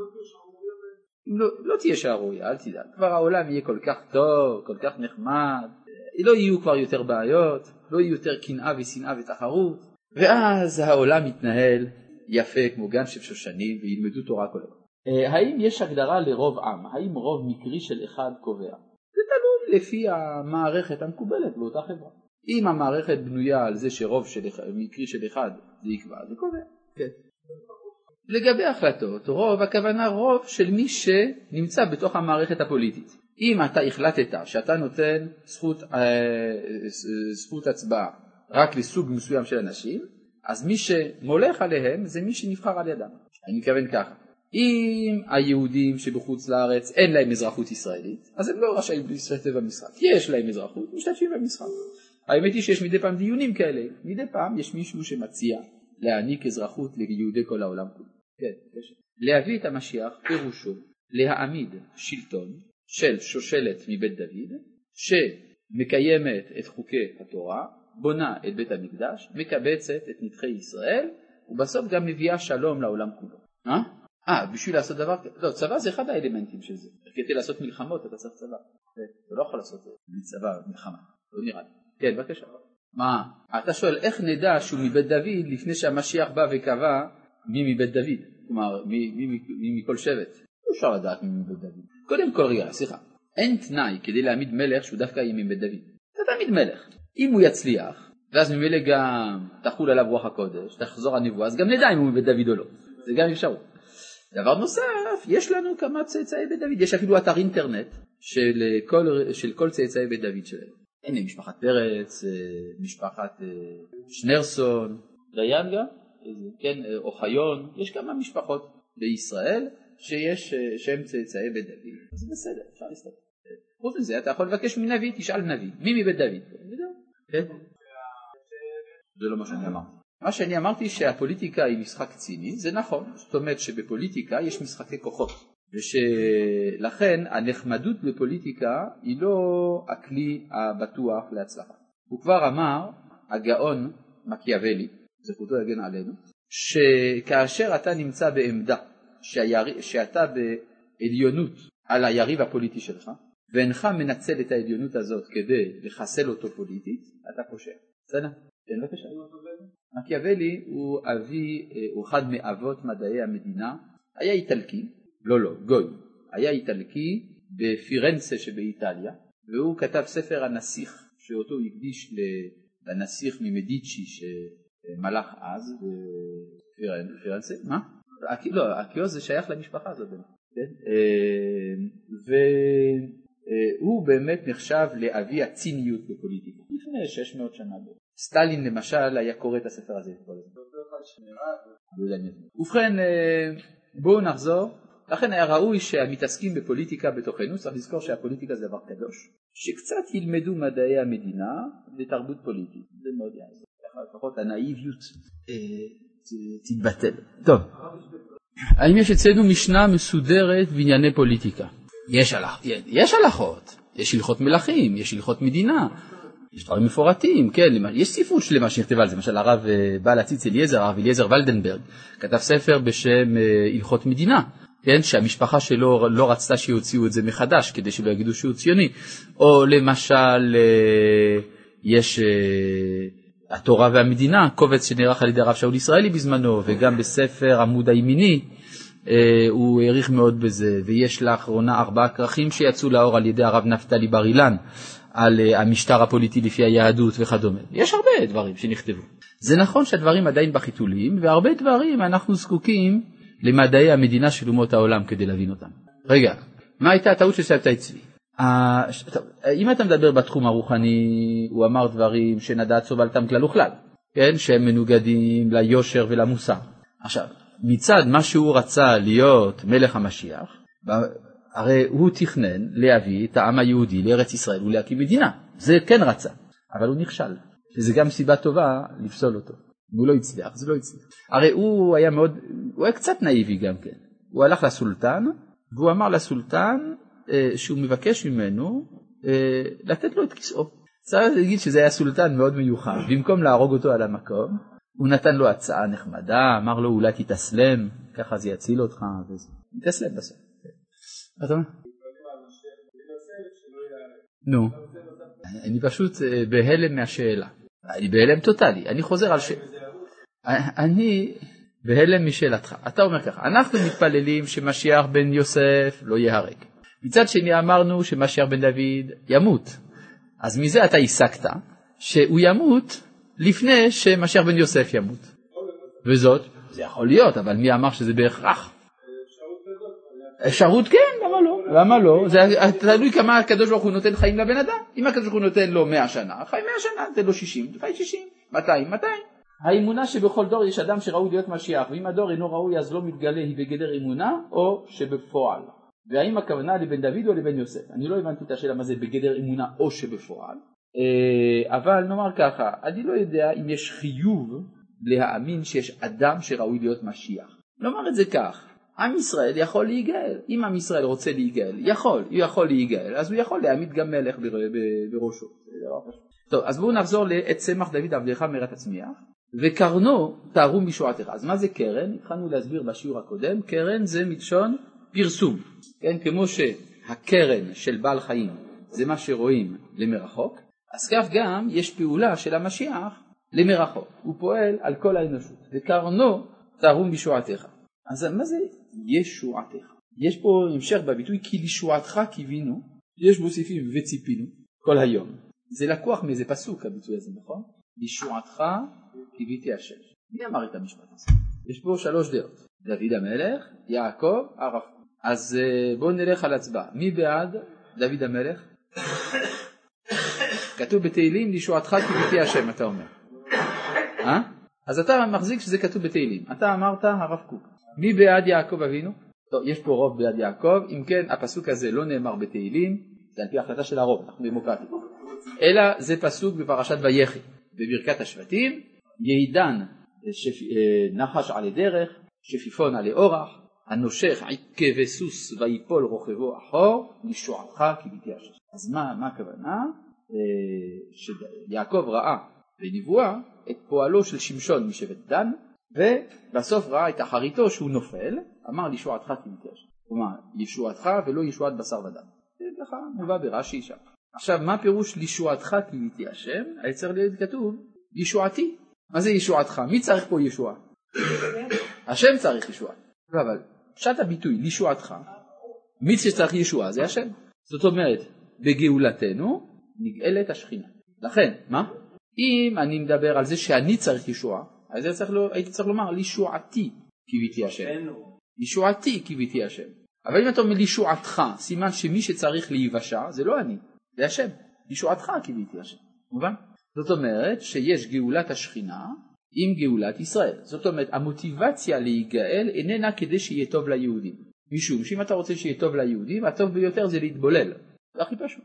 לא תהיה שערורייה, אל תדאג, כבר העולם יהיה כל כך טוב, כל כך נחמד, לא יהיו כבר יותר בעיות, לא יהיו יותר קנאה ושנאה ותחרות, ואז העולם מתנהל יפה כמו גן של שושנים וילמדו תורה כל הזמן. האם יש הגדרה לרוב עם? האם רוב מקרי של אחד קובע? זה תלוי לפי המערכת המקובלת באותה חברה. אם המערכת בנויה על זה שרוב מקרי של אחד זה יקבע, זה קובע. כן. לגבי החלטות, רוב, הכוונה רוב של מי שנמצא בתוך המערכת הפוליטית. אם אתה החלטת שאתה נותן זכות הצבעה רק לסוג מסוים של אנשים, אז מי שמולך עליהם זה מי שנבחר על ידם. אני מכוון ככה. אם היהודים שבחוץ לארץ אין להם אזרחות ישראלית, אז הם לא רשאים להשתתף במשחק. יש להם אזרחות, משתתפים במשחק. האמת היא שיש מדי פעם דיונים כאלה. מדי פעם יש מישהו שמציע להעניק אזרחות ליהודי כל העולם כולו. כן, להביא את המשיח פירושו להעמיד שלטון של שושלת מבית דוד שמקיימת את חוקי התורה, בונה את בית המקדש, מקבצת את נדחי ישראל ובסוף גם מביאה שלום לעולם כולו. בשביל לעשות דבר כזה? לא, צבא זה אחד האלמנטים של זה. כדי לעשות מלחמות אתה צריך צבא. אתה לא יכול לעשות צבא מלחמה, לא נראה לי. כן, בבקשה. מה? אתה שואל איך נדע שהוא מבית דוד לפני שהמשיח בא וקבע מי מבית דוד? כלומר, מי מכל שבט? לא אפשר לדעת מי מבית דוד. קודם כל רגע, סליחה. אין תנאי כדי להעמיד מלך שהוא דווקא יהיה מבית דוד. אתה תעמיד מלך. אם הוא יצליח, ואז ממילא גם תחול עליו רוח הקודש, תחזור הנבואה, אז גם נדע אם הוא מבית דוד או לא. זה גם אפשרות. דבר נוסף, יש לנו כמה צאצאי בית דוד. יש אפילו אתר אינטרנט של כל צאצאי בית דוד שלהם. הנה משפחת פרץ, משפחת שנרסון, דיין גם, כן, אוחיון, יש כמה משפחות בישראל שהם צאצאי בית דוד. אז בסדר, אפשר להסתכל. חוץ מזה, אתה יכול לבקש מנביא, תשאל נביא, מי מבית דוד? כן? זה לא מה שאני אמרתי. מה שאני אמרתי שהפוליטיקה היא משחק ציני, זה נכון. זאת אומרת שבפוליטיקה יש משחקי כוחות. ושלכן הנחמדות בפוליטיקה היא לא הכלי הבטוח להצלחה. הוא כבר אמר, הגאון מקיאוולי, זכותו יגן עלינו, שכאשר אתה נמצא בעמדה שאתה בעליונות על היריב הפוליטי שלך, ואינך מנצל את העליונות הזאת כדי לחסל אותו פוליטית, אתה פושע. בסדר? כן, בבקשה. מקיאוולי הוא אחד מאבות מדעי המדינה, היה איטלקי, גוי, היה איטלקי בפירנצה שבאיטליה, והוא כתב ספר הנסיך, שאותו הקדיש לנסיך ממדיצ'י שמלך אז בפירנצה. מה? לא, הקיוס זה שייך למשפחה הזאת. והוא באמת נחשב לאבי הציניות בפוליטיקה, לפני 600 שנה. סטלין למשל היה קורא את הספר הזה. ובכן, בואו נחזור. לכן היה ראוי שהמתעסקים בפוליטיקה בתוכנו, צריך לזכור שהפוליטיקה זה דבר קדוש, שקצת ילמדו מדעי המדינה ותרבות פוליטית. זה מאוד יעזור. לפחות הנאיביות תתבטל. טוב. האם יש אצלנו משנה מסודרת בענייני פוליטיקה? יש הלכות. יש הלכות מלכים, יש הלכות מדינה. יש דברים מפורטים, כן, יש ספרות שלמה שנכתבה על זה, למשל הרב בעל הציץ הרב אליעזר ולדנברג, כתב ספר בשם הלכות מדינה, כן, שהמשפחה שלו לא רצתה שיוציאו את זה מחדש, כדי שלא יגידו שהוא ציוני, או למשל יש התורה והמדינה, קובץ שנערך על ידי הרב שאול ישראלי בזמנו, וגם בספר עמוד הימיני, הוא העריך מאוד בזה, ויש לאחרונה 4 כרכים שיצאו לאור על ידי הרב נפתלי בר אילן, על המשטר הפוליטי לפי היהדות וכדומה. יש הרבה דברים שנכתבו. זה נכון שהדברים עדיין בחיתולים, והרבה דברים אנחנו זקוקים למדעי המדינה של אומות העולם כדי להבין אותם. רגע, מה הייתה הטעות של שבתאי צבי? אם אתה מדבר בתחום הרוחני, הוא אמר דברים שנדעת סובלתם כלל וכלל, כן? שהם מנוגדים ליושר ולמוסר. עכשיו, מצד מה שהוא רצה להיות מלך המשיח, הרי הוא תכנן להביא את העם היהודי לארץ ישראל ולהקים מדינה. זה כן רצה, אבל הוא נכשל. וזה גם סיבה טובה לפסול אותו. הוא לא הצליח, זה לא הצליח. הרי הוא היה קצת נאיבי גם כן. הוא הלך לסולטן, והוא אמר לסולטן שהוא מבקש ממנו לתת לו את כיסאו. צריך להגיד שזה היה סולטן מאוד מיוחד. במקום להרוג אותו על המקום, הוא נתן לו הצעה נחמדה, אמר לו אולי תתאסלם, ככה זה יציל אותך. תתאסלם בסוף. אתה אומר? נו. אני פשוט בהלם מהשאלה. אני בהלם טוטלי. אני חוזר על אני בהלם משאלתך. אתה אומר ככה, אנחנו מתפללים שמשיח בן יוסף לא יהרג. מצד שני אמרנו שמשיח בן דוד ימות. אז מזה אתה הסקת שהוא ימות לפני שמשיח בן יוסף ימות. וזאת, זה יכול להיות, אבל מי אמר שזה בהכרח? אפשרות כן, למה לא? למה לא? זה תלוי כמה הקדוש ברוך הוא נותן חיים לבן אדם. אם הקדוש ברוך הוא נותן לו 100 שנה, חי 100 שנה, נותן לו 60, חי 60, 200. האמונה שבכל דור יש אדם שראוי להיות משיח, ואם הדור אינו ראוי אז לא מתגלה, היא בגדר אמונה או שבפועל. והאם הכוונה לבן דוד או לבן יוסף? אני לא הבנתי את השאלה מה זה בגדר אמונה או שבפועל, אבל נאמר ככה, אני לא יודע אם יש חיוב להאמין שיש אדם שראוי להיות משיח. נאמר את זה כך, עם ישראל יכול להיגאל. אם עם ישראל רוצה להיגאל, הוא יכול להיגאל, אז הוא יכול להעמיד גם מלך בראשו. טוב, אז בואו נחזור לעת צמח דוד עבדך מרת הצמיח, וקרנו תארו משועתך. אז מה זה קרן? התחלנו להסביר בשיעור הקודם, קרן זה מלשון פרסום, כן? כמו שהקרן של בעל חיים זה מה שרואים למרחוק, אז כך גם יש פעולה של המשיח למרחוק, הוא פועל על כל האנושות, וקרנו תארו משועתך. אז מה זה ישועתך? יש פה המשך בביטוי כי לשועתך קיווינו, יש מוסיפים וציפינו כל היום. זה לקוח מאיזה פסוק הביטוי הזה, נכון? לשועתך קיוויתי השם. מי אמר את המשפט הזה? יש פה 3 דעות, דוד המלך, יעקב, הרב. אז בואו נלך על הצבעה. מי בעד דוד המלך? כתוב בתהילים לשועתך קיוויתי השם, אתה אומר. אז אתה מחזיק שזה כתוב בתהילים. אתה אמרת הרב קוק. מי בעד יעקב אבינו? טוב, יש פה רוב בעד יעקב. אם כן, הפסוק הזה לא נאמר בתהילים, זה על פי החלטה של הרוב, אנחנו דמוקרטים. אלא זה פסוק בפרשת ויחי, בברכת השבטים, יהידן נחש עלי דרך, שפיפון עלי אורח, הנושך עקב וסוס ויפול רוכבו אחור, לשועתך קיוויתי השם. אז מה הכוונה? שיעקב ראה בנבואה את פועלו של שמשון משבט דן, ובסוף ראה את אחריתו שהוא נופל, אמר לשועתך קיוויתי השם. כלומר, ישועתך ולא ישועת בשר ודם. זה ככה מובא ברש"י שם. עכשיו, מה פירוש לשועתך קיוויתי השם? היה צריך להיות כתוב ישועתי. מה זה ישועתך? מי צריך פה ישועה? השם צריך ישועה. אבל פשט הביטוי לשועתך, מי שצריך ישועה זה השם. זאת אומרת, בגאולתנו נגאלת השכינה. לכן, מה? אם אני מדבר על זה שאני צריך ישועה, אז הייתי צריך לומר לשועתי קיוויתי השם. לשועתי קיוויתי השם. אבל אם אתה אומר לשועתך, סימן שמי שצריך להיוושע זה לא אני, זה השם. לשועתך קיוויתי השם. מובן? זאת אומרת שיש גאולת השכינה עם גאולת ישראל. זאת אומרת, המוטיבציה להיגאל איננה כדי שיהיה טוב ליהודים. משום שאם אתה רוצה שיהיה טוב ליהודים, הטוב ביותר זה להתבולל. זה הכי פשוט.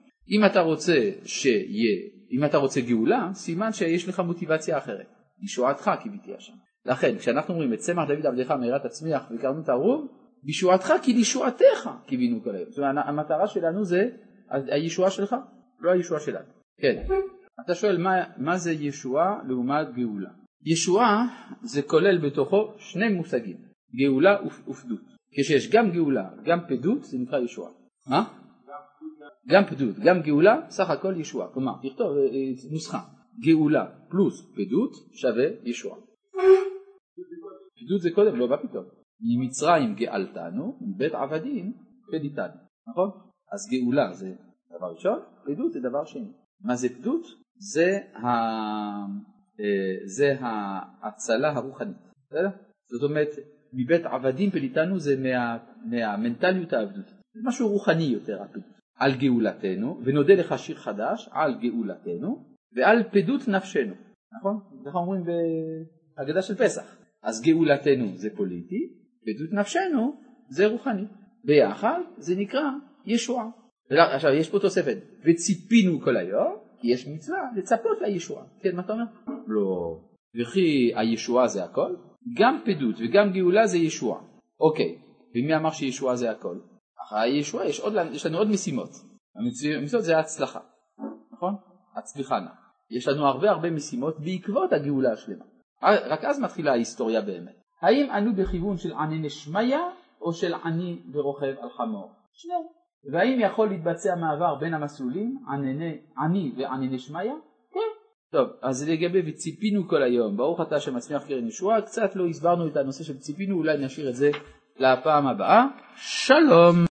אם אתה רוצה גאולה, סימן שיש לך מוטיבציה אחרת. לשועתך קיוויתי השם. לכן, כשאנחנו אומרים את צמח דוד עבדך מרת הצמיח וקרנו תערוב, בשועתך כי לשועתך קיווינו כל היום. זאת אומרת, המטרה שלנו זה הישועה שלך, לא הישועה שלנו. כן. אתה שואל מה זה ישועה לעומת גאולה. ישועה זה כולל בתוכו 2 מושגים, גאולה ופדות. כשיש גם גאולה, גם פדות, זה נקרא ישועה. מה? גם פדות, גם גאולה, סך הכל ישועה. כלומר, תכתוב נוסחה, גאולה פלוס פדות שווה ישועה. פדות זה קודם, לא בא פתאום. ממצרים גאלתנו, מבית עבדים פדיתנו, נכון? אז גאולה זה דבר ראשון, פדות זה דבר שני. מה זה פדות? זה ההצלה הרוחנית. זאת אומרת, מבית עבדים פדיתנו זה מהמנטליות העבדותית. זה משהו רוחני יותר, הפדות. על גאולתנו, ונודה לך שיר חדש, על גאולתנו, ועל פדות נפשנו. נכון? אנחנו אומרים בהגדה של פסח. אז גאולתנו זה פוליטי, פדות נפשנו זה רוחני. ביחד זה נקרא ישועה. עכשיו יש פה תוספת, וציפינו כל היום, כי יש מצווה לצפות לישועה. כן, מה אתה אומר? לא. וכי הישועה זה הכל? גם פדות וגם גאולה זה ישועה. אוקיי, ומי אמר שישועה זה הכל? אחרי הישועה יש לנו עוד משימות. המשימות זה ההצלחה, נכון? הצליחנה. יש לנו הרבה משימות בעקבות הגאולה השלמה. רק אז מתחילה ההיסטוריה באמת. האם אנו בכיוון של עני נשמיה או של עני ורוכב על חמור? שניהם. והאם יכול להתבצע מעבר בין המסלולים, עני ועני נשמיה? כן. טוב, אז לגבי וציפינו כל היום, ברוך אתה שמצמיח קרן ישועה, קצת לא הסברנו את הנושא של ציפינו, אולי נשאיר את זה לפעם הבאה. שלום.